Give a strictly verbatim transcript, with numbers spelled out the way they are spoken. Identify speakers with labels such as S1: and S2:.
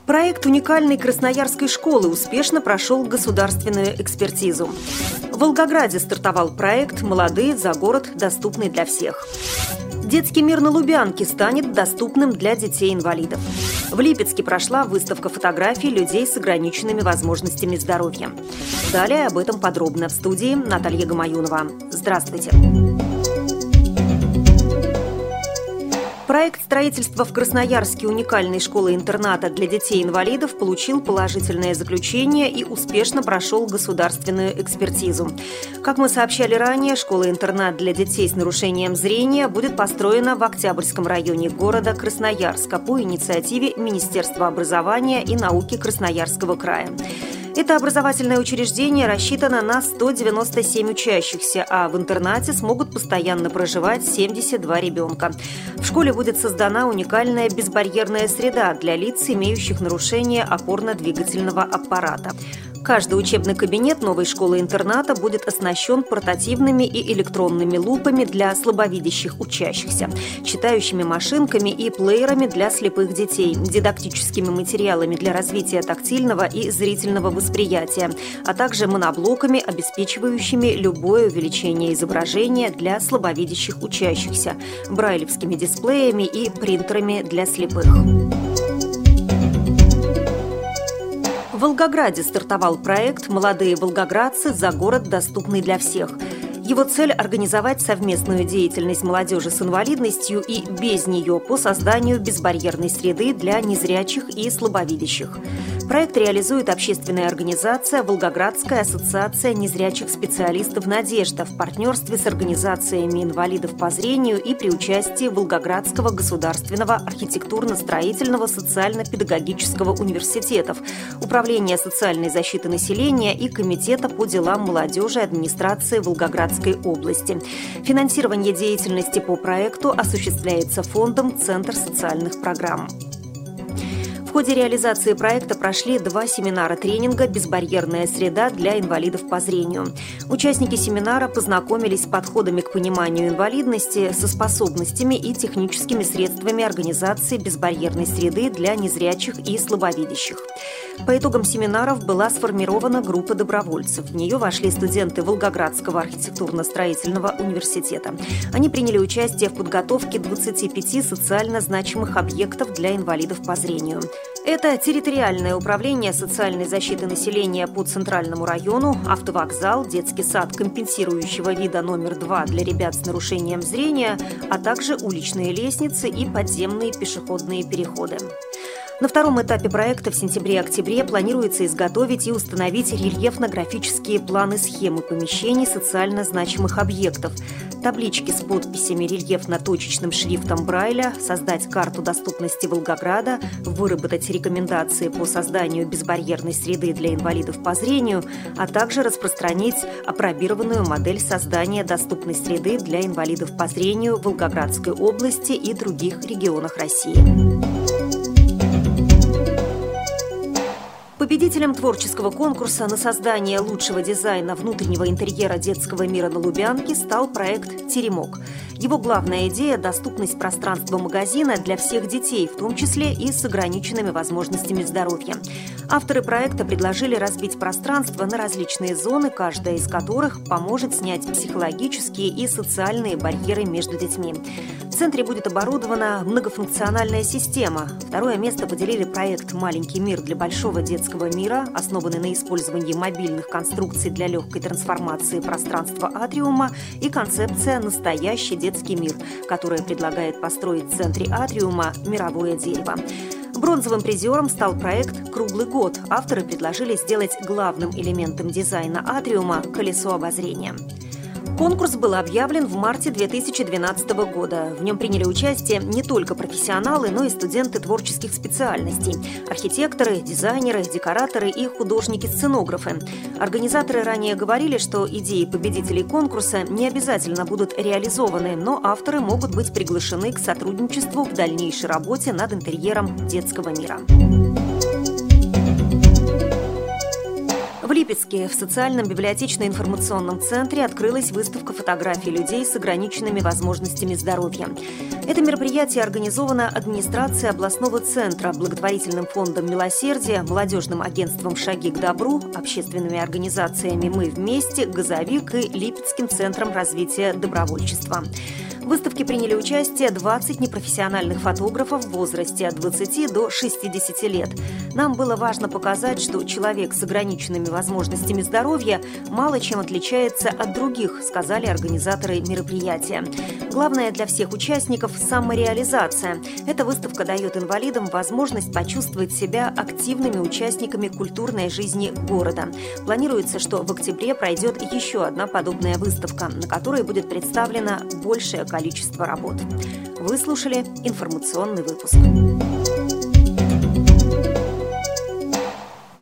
S1: Проект уникальной красноярской школы успешно прошел государственную экспертизу. В Волгограде стартовал проект «Молодые за город, доступный для всех». Детский мир на Лубянке станет доступным для детей-инвалидов. В Липецке прошла выставка фотографий людей с ограниченными возможностями здоровья. Далее об этом подробно в студии Наталья Гамаюнова. Здравствуйте. Проект строительства в Красноярске уникальной школы-интерната для детей-инвалидов получил положительное заключение и успешно прошел государственную экспертизу. Как мы сообщали ранее, школа-интернат для детей с нарушением зрения будет построена в Октябрьском районе города Красноярска по инициативе Министерства образования и науки Красноярского края. Это образовательное учреждение рассчитано на сто девяносто семь учащихся, а в интернате смогут постоянно проживать семьдесят два ребенка. В школе будет создана уникальная безбарьерная среда для лиц, имеющих нарушение опорно-двигательного аппарата. Каждый учебный кабинет новой школы-интерната будет оснащен портативными и электронными лупами для слабовидящих учащихся, читающими машинками и плеерами для слепых детей, дидактическими материалами для развития тактильного и зрительного восприятия, а также моноблоками, обеспечивающими любое увеличение изображения для слабовидящих учащихся, брайлевскими дисплеями и принтерами для слепых. В Волгограде стартовал проект «Молодые волгоградцы за город, доступный для всех». Его цель – организовать совместную деятельность молодежи с инвалидностью и без нее по созданию безбарьерной среды для незрячих и слабовидящих. Проект реализует общественная организация «Волгоградская ассоциация незрячих специалистов «Надежда» в партнерстве с организациями инвалидов по зрению и при участии Волгоградского государственного архитектурно-строительного социально-педагогического университетов, Управления социальной защиты населения и Комитета по делам молодежи администрации Волгоградской области. Финансирование деятельности по проекту осуществляется фондом «Центр социальных программ». В ходе реализации проекта прошли два семинара тренинга «Безбарьерная среда для инвалидов по зрению». Участники семинара познакомились с подходами к пониманию инвалидности, со способностями и техническими средствами организации безбарьерной среды для незрячих и слабовидящих. По итогам семинаров была сформирована группа добровольцев. В нее вошли студенты Волгоградского архитектурно-строительного университета. Они приняли участие в подготовке двадцати пяти социально значимых объектов для инвалидов по зрению. Это территориальное управление социальной защиты населения по Центральному району, автовокзал, детский сад компенсирующего вида номер два для ребят с нарушением зрения, а также уличные лестницы и подземные пешеходные переходы. На втором этапе проекта в сентябре-октябре планируется изготовить и установить рельефно-графические планы-схемы помещений социально значимых объектов, таблички с подписями рельефно-точечным шрифтом Брайля, создать карту доступности Волгограда, выработать рекомендации по созданию безбарьерной среды для инвалидов по зрению, а также распространить апробированную модель создания доступной среды для инвалидов по зрению в Волгоградской области и других регионах России. Победителем творческого конкурса на создание лучшего дизайна внутреннего интерьера детского мира на Лубянке стал проект «Теремок». Его главная идея – доступность пространства магазина для всех детей, в том числе и с ограниченными возможностями здоровья. Авторы проекта предложили разбить пространство на различные зоны, каждая из которых поможет снять психологические и социальные барьеры между детьми. В центре будет оборудована многофункциональная система. Второе место поделили проект «Маленький мир для большого детского мира», основанный на использовании мобильных конструкций для легкой трансформации пространства атриума, и концепция «Настоящий детский мир», которая предлагает построить в центре атриума мировое дерево. Бронзовым призером стал проект «Круглый год». Авторы предложили сделать главным элементом дизайна атриума колесо обозрения. Конкурс был объявлен в марте две тысячи двенадцатого года. В нем приняли участие не только профессионалы, но и студенты творческих специальностей – архитекторы, дизайнеры, декораторы и художники-сценографы. Организаторы ранее говорили, что идеи победителей конкурса не обязательно будут реализованы, но авторы могут быть приглашены к сотрудничеству в дальнейшей работе над интерьером детского мира. В Липецке в социальном библиотечно-информационном центре открылась выставка фотографий людей с ограниченными возможностями здоровья. Это мероприятие организовано администрацией областного центра, благотворительным фондом «Милосердие», молодежным агентством «Шаги к добру», общественными организациями «Мы вместе», «Газовик» и Липецким центром развития добровольчества. В выставке приняли участие двадцать непрофессиональных фотографов в возрасте от двадцати до шестидесяти лет. Нам было важно показать, что человек с ограниченными возможностями здоровья мало чем отличается от других, сказали организаторы мероприятия. Главное для всех участников – самореализация. Эта выставка дает инвалидам возможность почувствовать себя активными участниками культурной жизни города. Планируется, что в октябре пройдет еще одна подобная выставка, на которой будет представлено большее количество работ. Вы слушали информационный выпуск.